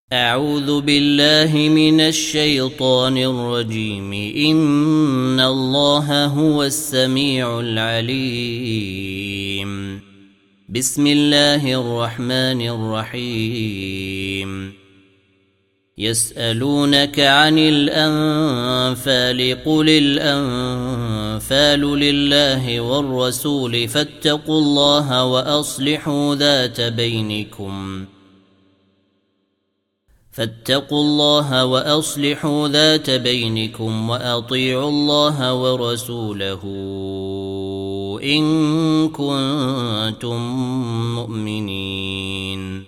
أعوذ بالله من الشيطان الرجيم. إن الله هو السميع العليم. بسم الله الرحمن الرحيم. يسألونك عن الأنفال قل الأنفال لله والرسول فاتقوا الله وأصلحوا ذات بينكم وأطيعوا الله ورسوله إن كنتم مؤمنين.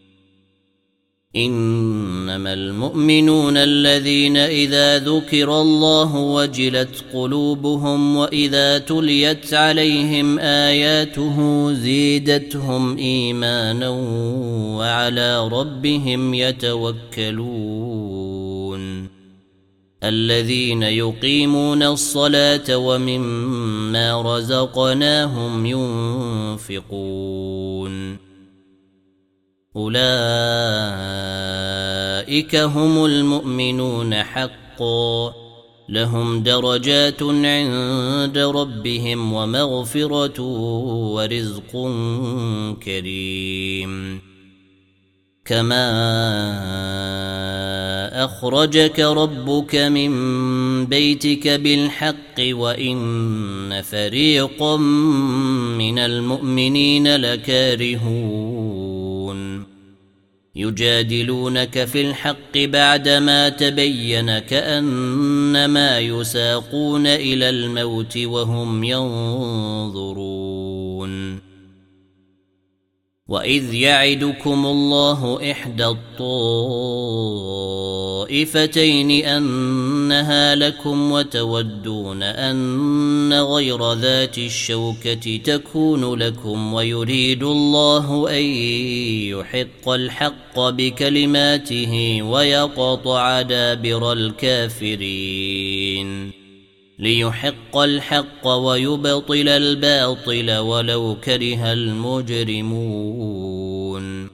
إنما المؤمنون الذين إذا ذكر الله وجلت قلوبهم وإذا تليت عليهم آياته زيدتهم إيمانا وعلى ربهم يتوكلون. الذين يقيمون الصلاة ومما رزقناهم ينفقون. أولئك هم المؤمنون حقا لهم درجات عند ربهم ومغفرة ورزق كريم. كما أخرجك ربك من بيتك بالحق وإن فريقا من المؤمنين لكارهون يجادلونك في الحق بعدما تبين كأنما يساقون إلى الموت وهم ينظرون. وإذ يعدكم الله إحدى الطائفتين أنها لكم وتودون أن غير ذات الشوكة تكون لكم ويريد الله أن يحق الحق بكلماته ويقطع دابر الكافرين ليحق الحق ويبطل الباطل ولو كره المجرمون.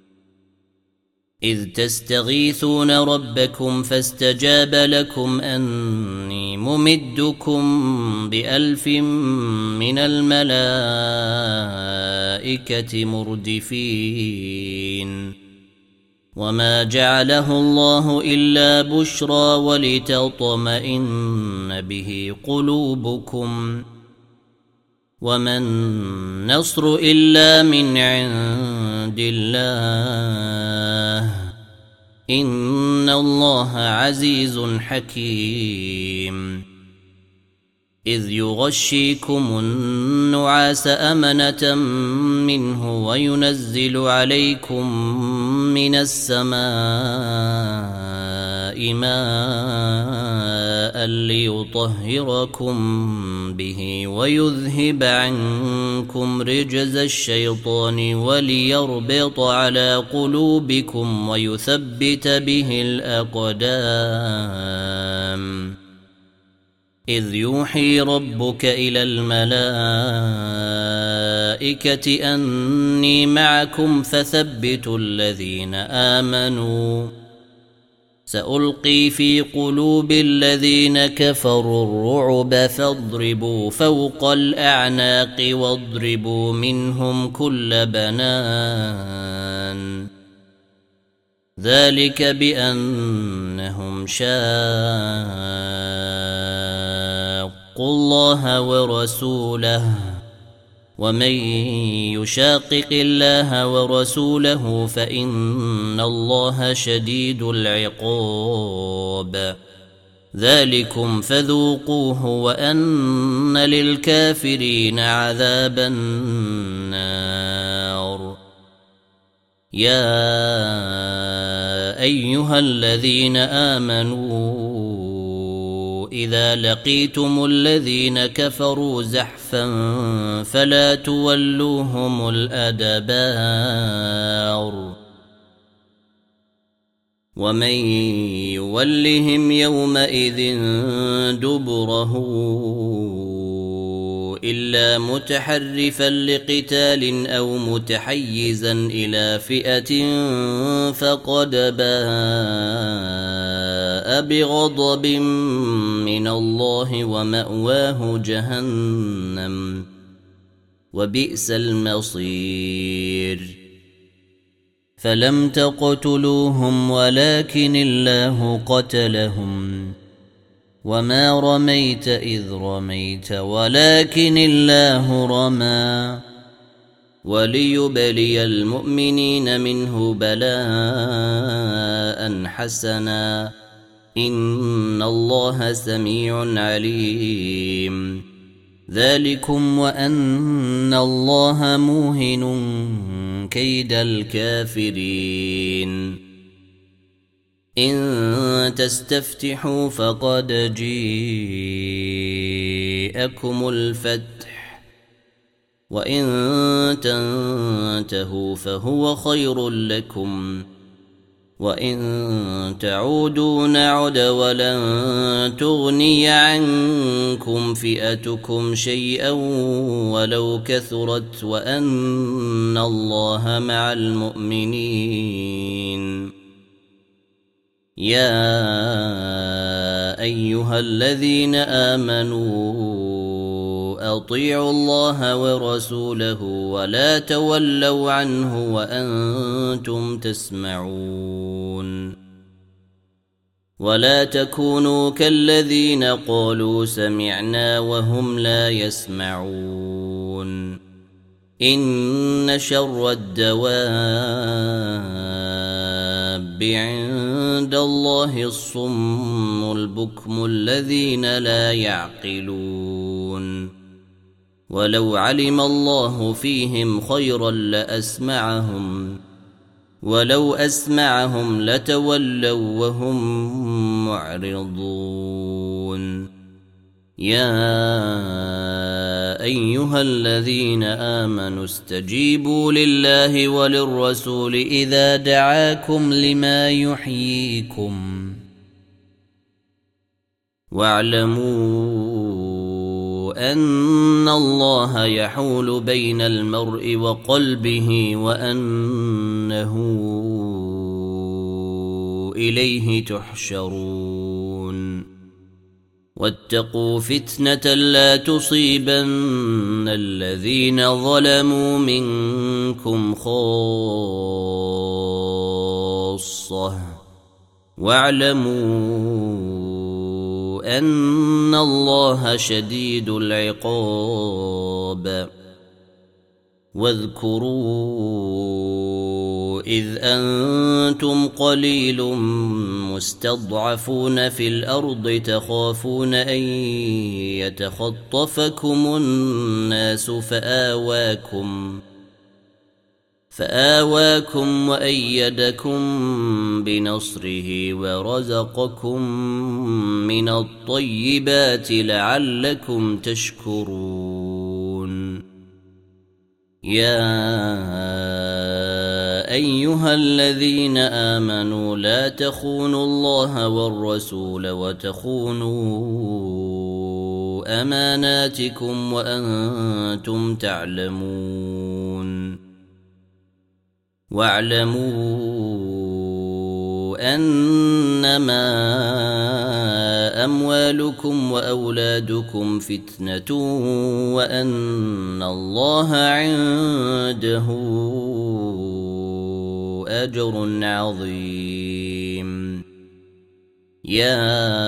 إذ تستغيثون ربكم فاستجاب لكم أني ممدكم ب1000 من الملائكة مردفين. وما جعله الله إلا بشرى ولتطمئن به قلوبكم وما النصر إلا من عند الله إن الله عزيز حكيم. إذ يغشيكم النعاس أمنة منه وينزل عليكم من السماء ماء ليطهركم به ويذهب عنكم رجز الشيطان وليربط على قلوبكم ويثبت به الأقدام. إذ يوحي ربك إلى الملائكة أني معكم فثبتوا الذين آمنوا سألقي في قلوب الذين كفروا الرعب فاضربوا فوق الأعناق واضربوا منهم كل بنان. ذلك بأنهم شاقوا الله ورسوله ومن يشاقق الله ورسوله فإن الله شديد العقاب. ذلكم فذوقوه وأن للكافرين عذاب النار. يا أيها الذين آمنوا إذا لقيتم الذين كفروا زحفا فلا تولوهم الأدبار. ومن يولهم يومئذ دبره إلا متحرفا لقتال أو متحيزا إلى فئة فقد باء بغضب من الله ومأواه جهنم وبئس المصير فلم تقتلوهم ولكن الله قتلهم وما رميت إذ رميت ولكن الله رمى وليبلي المؤمنين منه بلاء حسنا إن الله سميع عليم ذلكم وأن الله موهن كيد الكافرين إن تستفتحوا فقد جيءكم الفتح وإن تنتهوا فهو خير لكم وإن تعودوا نعد ولن تغني عنكم فئتكم شيئا ولو كثرت وأن الله مع المؤمنين يا أيها الذين آمنوا أطيعوا الله ورسوله ولا تولوا عنه وأنتم تسمعون ولا تكونوا كالذين قالوا سمعنا وهم لا يسمعون إن شر الدواب عند الله الصم البكم الذين لا يعقلون ولو علم الله فيهم خيرا لأسمعهم ولو أسمعهم لتولوا وهم معرضون يا أيها الذين آمنوا استجيبوا لله وللرسول إذا دعاكم لما يحييكم واعلموا أن الله يحول بين المرء وقلبه وأنه إليه تحشرون واتقوا فتنة لا تصيبن الذين ظلموا منكم خاصة واعلموا أن الله شديد العقاب واذكروا إذ أنتم قليل مستضعفون في الأرض تخافون أن يتخطفكم الناس فآواكم وأيدكم بنصره ورزقكم من الطيبات لعلكم تشكرون يا أيها الذين آمنوا لا تخونوا الله والرسول وتخونوا أماناتكم وأنتم تعلمون واعلموا أنما أموالكم وأولادكم فتنة وأن الله عنده أجر عظيم يا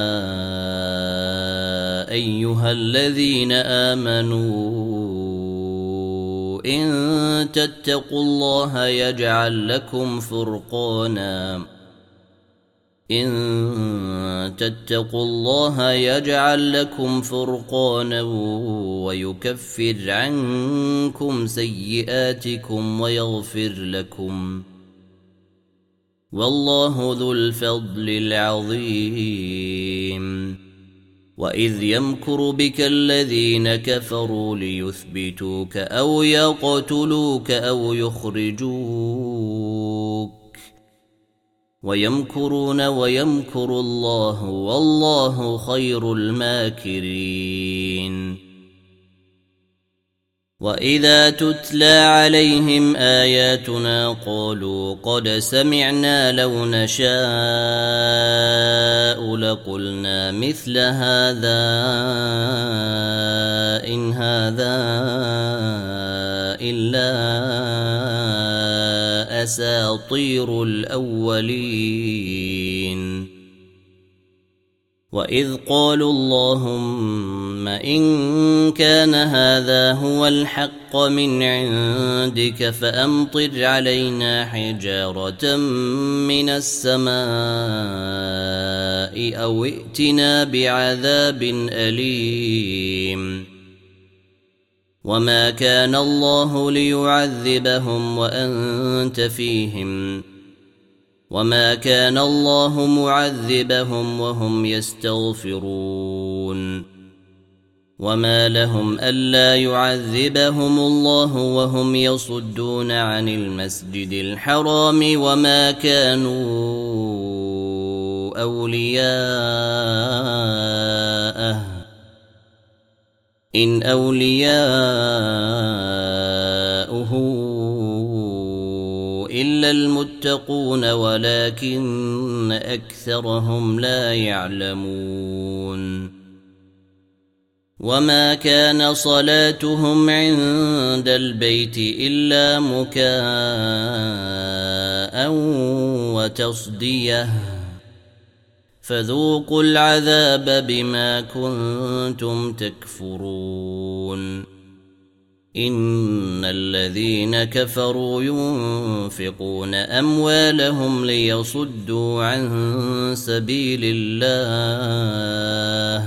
أيها الذين آمنوا إن تتقوا الله يجعل لكم فرقانا ويكفر عنكم سيئاتكم ويغفر لكم والله ذو الفضل العظيم وإذ يمكر بك الذين كفروا ليثبتوك أو يقتلوك أو يخرجوك ويمكرون ويمكر الله والله خير الماكرين وإذا تتلى عليهم آياتنا قالوا قد سمعنا لو نشاء لقلنا مثل هذا إن هذا إلا أساطير الأولين وإذ قالوا اللهم إن كان هذا هو الحق من عندك فأمطر علينا حجارة من السماء أو ائتنا بعذاب أليم وما كان الله ليعذبهم وأنت فيهم وما كان الله معذبهم وهم يستغفرون وما لهم ألا يعذبهم الله وهم يصدون عن المسجد الحرام وما كانوا أولياءه إن أولياؤه إلا المتقون ولكن أكثرهم لا يعلمون وما كان صلاتهم عند البيت إلا مكاء وتصدية فذوقوا العذاب بما كنتم تكفرون إن الذين كفروا ينفقون أموالهم ليصدوا عن سبيل الله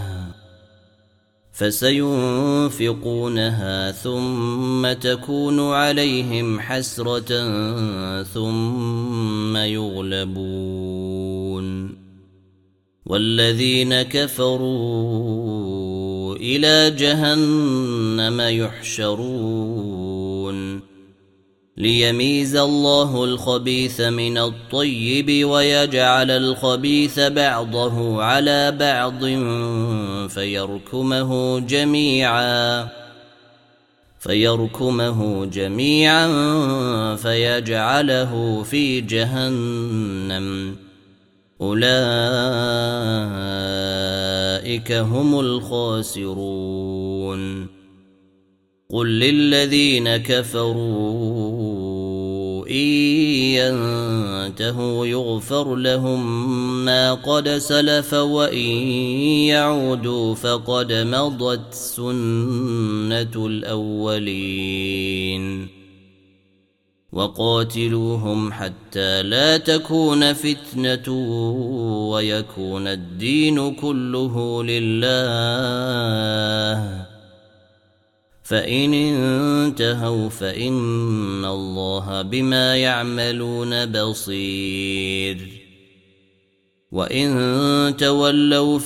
فسينفقونها ثم تكون عليهم حسرة ثم يغلبون والذين كفروا إلى جهنم يحشرون ليميز الله الخبيث من الطيب ويجعل الخبيث بعضه على بعض فيركمه جميعا فيجعله في جهنم أولئك هم الخاسرون قل للذين كفروا إن ينتهوا يغفر لهم ما قد سلف وإن يعودوا فقد مضت سنة الأولين وقاتلوهم حتى لا تكون فتنة ويكون الدين كله لله فإن انتهوا فإن الله بما يعملون بصير وإن تولوا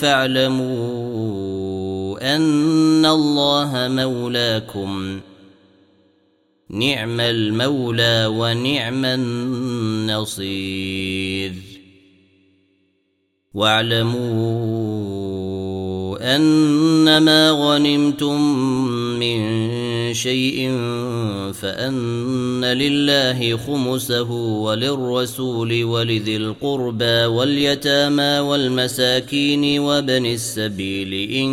فاعلموا أن الله مولاكم نعم المولى ونعم النصير واعلموا أنما غنمتم من شيء فأن لله خمسه وللرسول ولذي القربى واليتامى والمساكين وابن السبيل إن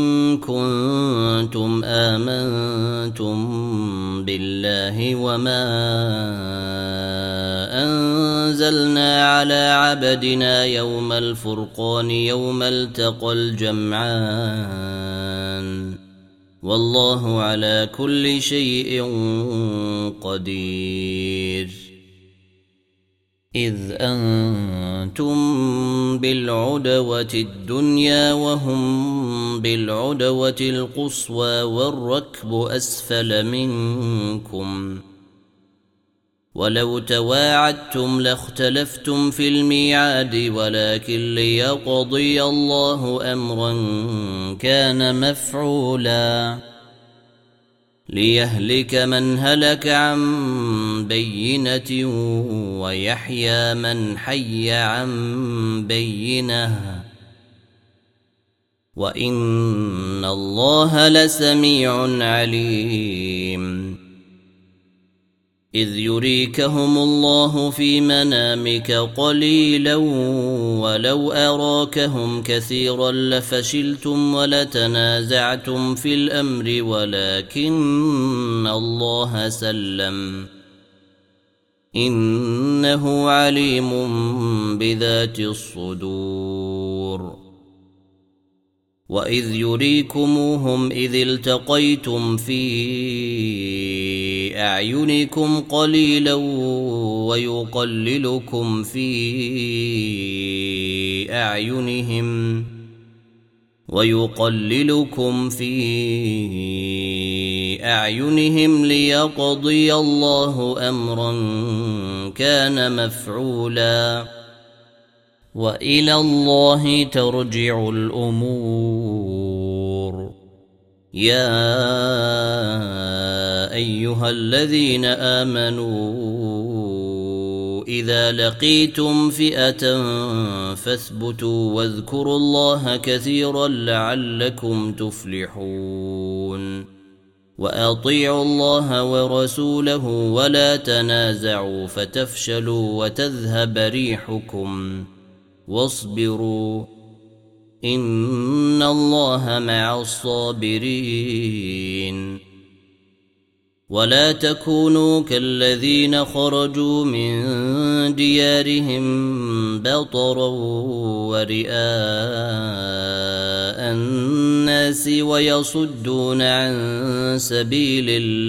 كنتم آمنتم بالله وما أنزلنا على عبدنا يوم الفرقان يوم التقى الجمعان والله على كل شيء قدير إذ أنتم بالعدوة الدنيا وهم بالعدوة القصوى والركب أسفل منكم ولو تواعدتم لاختلفتم في الميعاد ولكن ليقضي الله أمرا كان مفعولا ليهلك من هلك عن بينة ويحيى من حي عن بينة وإن الله لسميع عليم إذ يريكهم الله في منامك قليلا ولو أراكهم كثيرا لفشلتم ولتنازعتم في الأمر ولكن الله سلم إنه عليم بذات الصدور وإذ يريكموهم إذ التقيتم في أعينكم قليلا ويقللكم في أعينهم ليقضي الله أمرا كان مفعولا وإلى الله ترجع الأمور يا أيها الذين آمنوا إذا لقيتم فئة فاثبتوا واذكروا الله كثيرا لعلكم تفلحون وأطيعوا الله ورسوله ولا تنازعوا فتفشلوا وتذهب ريحكم واصبروا إن الله مع الصابرين ولا تكونوا كالذين خرجوا من ديارهم بطرا ورئاء الناس ويصدون عن سبيل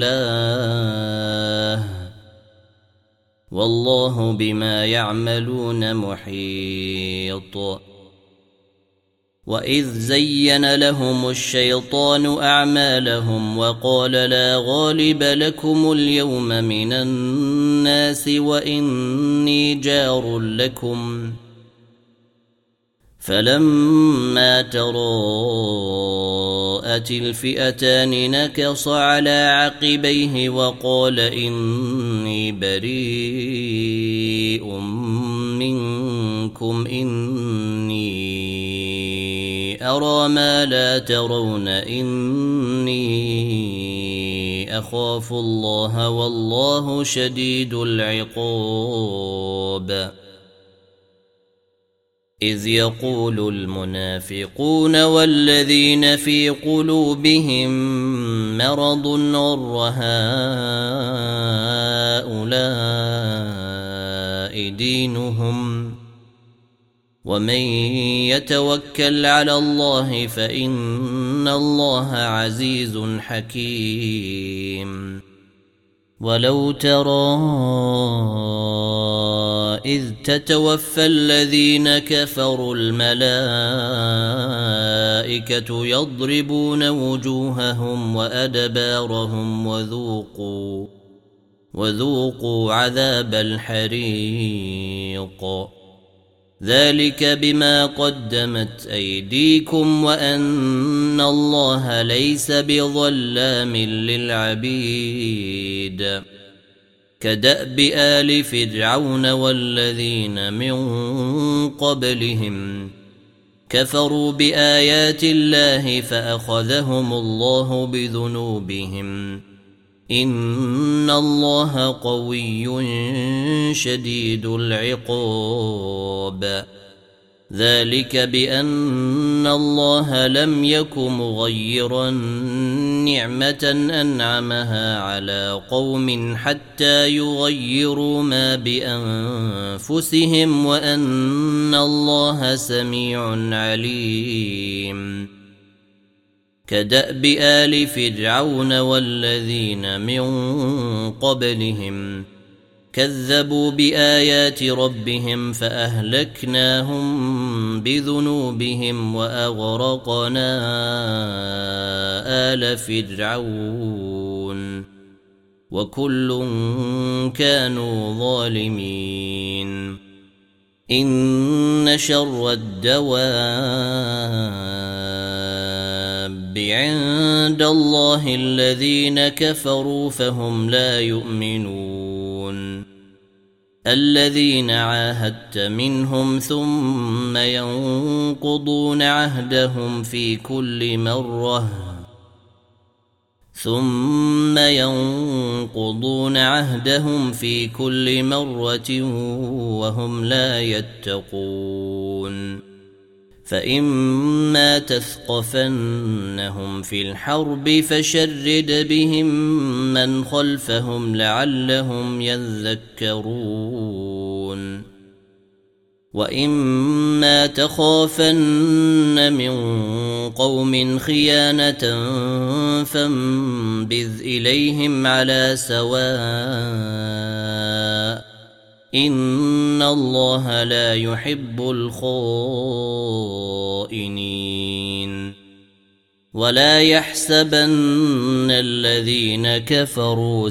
الله والله بما يعملون محيط وإذ زين لهم الشيطان أعمالهم وقال لا غالب لكم اليوم من الناس وإني جار لكم فلما تراءت الفئتان نكص على عقبيه وقال إني بريء منكم إني أرى ما لا ترون إني أخاف الله والله شديد العقاب إذ يقول المنافقون والذين في قلوبهم مرض غر هؤلاء دينهم ومن يتوكل على الله فإن الله عزيز حكيم ولو ترى إذ تتوفى الذين كفروا الملائكة يضربون وجوههم وأدبارهم وذوقوا عذاب الحريق ذلك بما قدمت أيديكم وأن الله ليس بظلام للعبيد كدأب آل فرعون والذين من قبلهم كفروا بآيات الله فأخذهم الله بذنوبهم إن الله قوي شديد العقاب ذلك بأن الله لم يك مغيرا نعمة أنعمها على قوم حتى يغيروا ما بأنفسهم وأن الله سميع عليم كدأب آل فرعون والذين من قبلهم كذبوا بآيات ربهم فأهلكناهم بذنوبهم وأغرقنا آل فرعون وكل كانوا ظالمين إن شر الدواب عند الله الذين كفروا فهم لا يؤمنون الذين عاهدت منهم ثم ينقضون عهدهم في كل مرة وهم لا يتقون فإما تثقفنهم في الحرب فشرد بهم من خلفهم لعلهم يذكرون وإما تخافن من قوم خيانة فانبذ إليهم على سواء إن الله لا يحب الخائنين ولا يحسبن الذين كفروا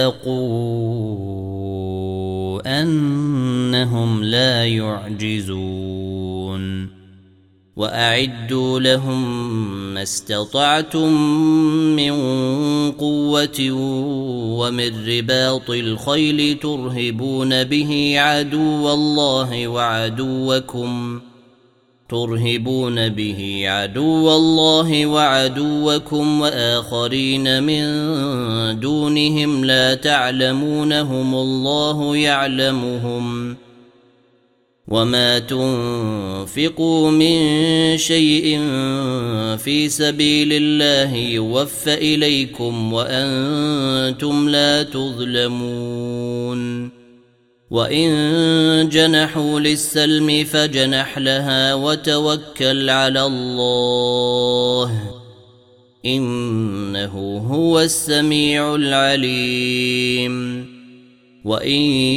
سبقوا أنهم لا يعجزون وأعدوا لهم ما استطعتم من قوة ومن رباط الخيل ترهبون به عدو الله وعدوكم وآخرين من دونهم لا تعلمونهم الله يعلمهم وما تنفقوا من شيء في سبيل الله يوفى إليكم وأنتم لا تظلمون وإن جنحوا للسلم فجنح لها وتوكل على الله إنه هو السميع العليم وإن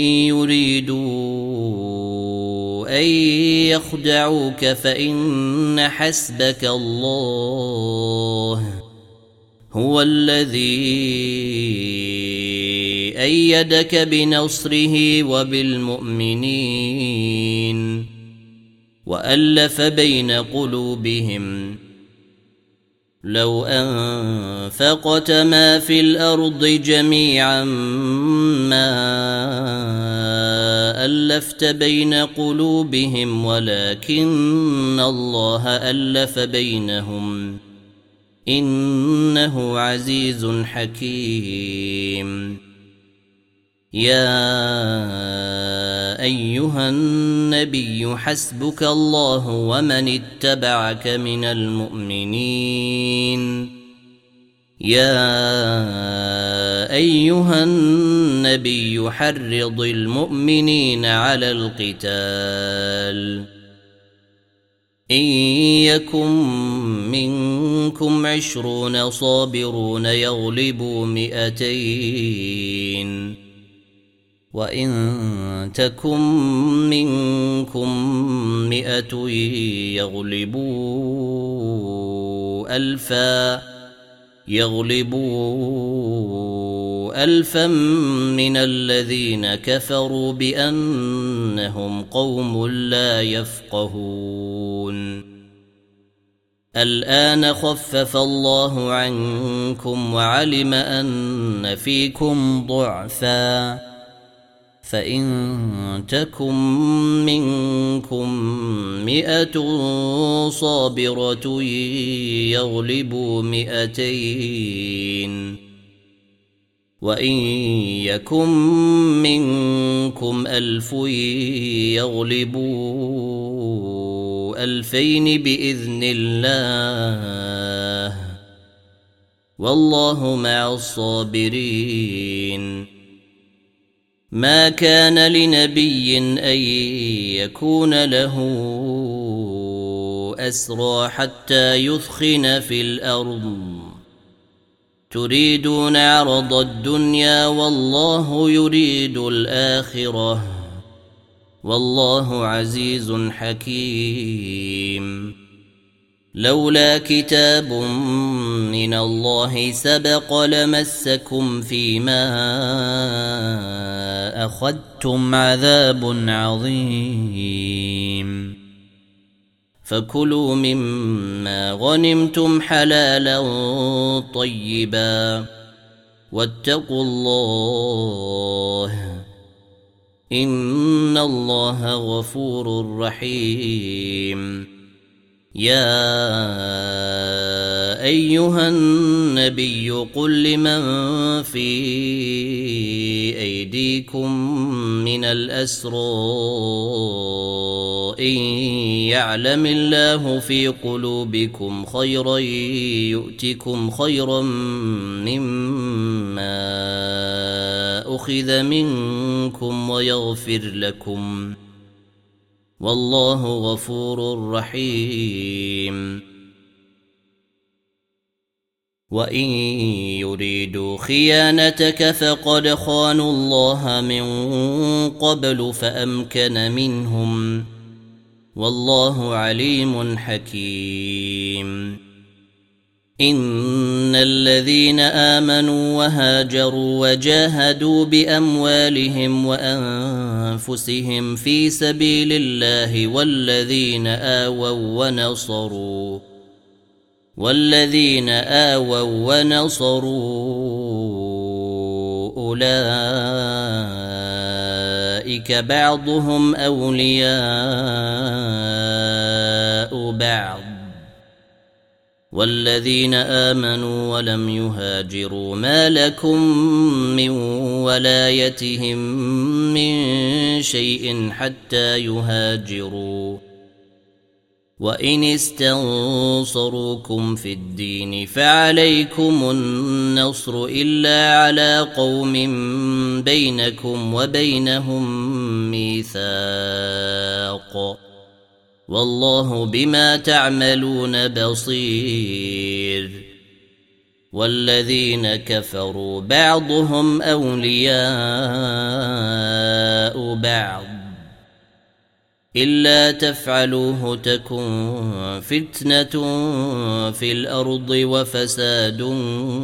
يريدوا أن يخدعوك فإن حسبك الله هو الذي أيدك بنصره وبالمؤمنين وألف بين قلوبهم لو أنفقت ما في الأرض جميعا ما ألفت بين قلوبهم ولكن الله ألف بينهم إنه عزيز حكيم يا أيها النبي حسبك الله ومن اتبعك من المؤمنين يا أيها النبي حرض المؤمنين على القتال إن يكن منكم 20 صابرون يغلبوا 200 وإن تكن منكم 100 يغلبوا 1000 من الذين كفروا بأنهم قوم لا يفقهون الآن خفف الله عنكم وعلم أن فيكم ضعفا فإن تكن منكم 100 صابرة يغلبوا 200 وإن يكن منكم 1000 يغلبوا 2000 بإذن الله والله مع الصابرين ما كان لنبي أن يكون له أسرى حتى يثخن في الأرض تريدون عرض الدنيا والله يريد الآخرة والله عزيز حكيم لولا كتاب من الله سبق لمسكم فيما أخذتم عذاب عظيم فكلوا مما غنمتم حلالا طيبا واتقوا الله إن الله غفور رحيم. يا أيها النبي قل لمن في أيديكم من الأسرى إن يعلم الله في قلوبكم خيرا يؤتكم خيرا مما أخذ منكم ويغفر لكم والله غفور رحيم. وإن يريدوا خيانتك فقد خانوا الله من قبل فأمكن منهم والله عليم حكيم. إن الذين آمنوا وهاجروا وجاهدوا بأموالهم وأنفسهم في سبيل الله والذين آووا ونصروا أولئك بعضهم أولياء بعض والذين آمنوا ولم يهاجروا ما لكم من ولايتهم من شيء حتى يهاجروا وإن استنصروكم في الدين فعليكم النصر إلا على قوم بينكم وبينهم ميثاق والله بما تعملون بصير. والذين كفروا بعضهم أولياء بعض إلا تفعلوه تكن فتنة في الأرض وفساد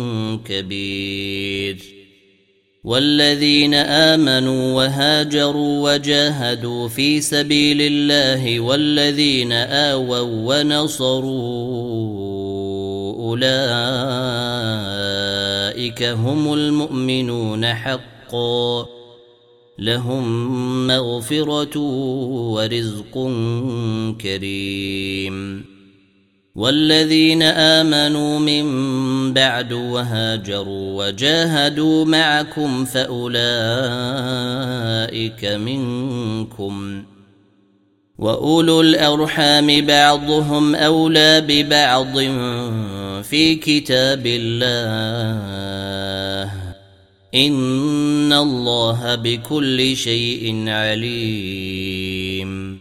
كبير. والذين آمنوا وهاجروا وجاهدوا في سبيل الله والذين آووا ونصروا أولئك هم المؤمنون حقا لهم مغفرة ورزق كريم. والذين آمنوا من بعد وهاجروا وجاهدوا معكم فأولئك منكم وأولو الأرحام بعضهم أولى ببعض في كتاب الله إن الله بكل شيء عليم.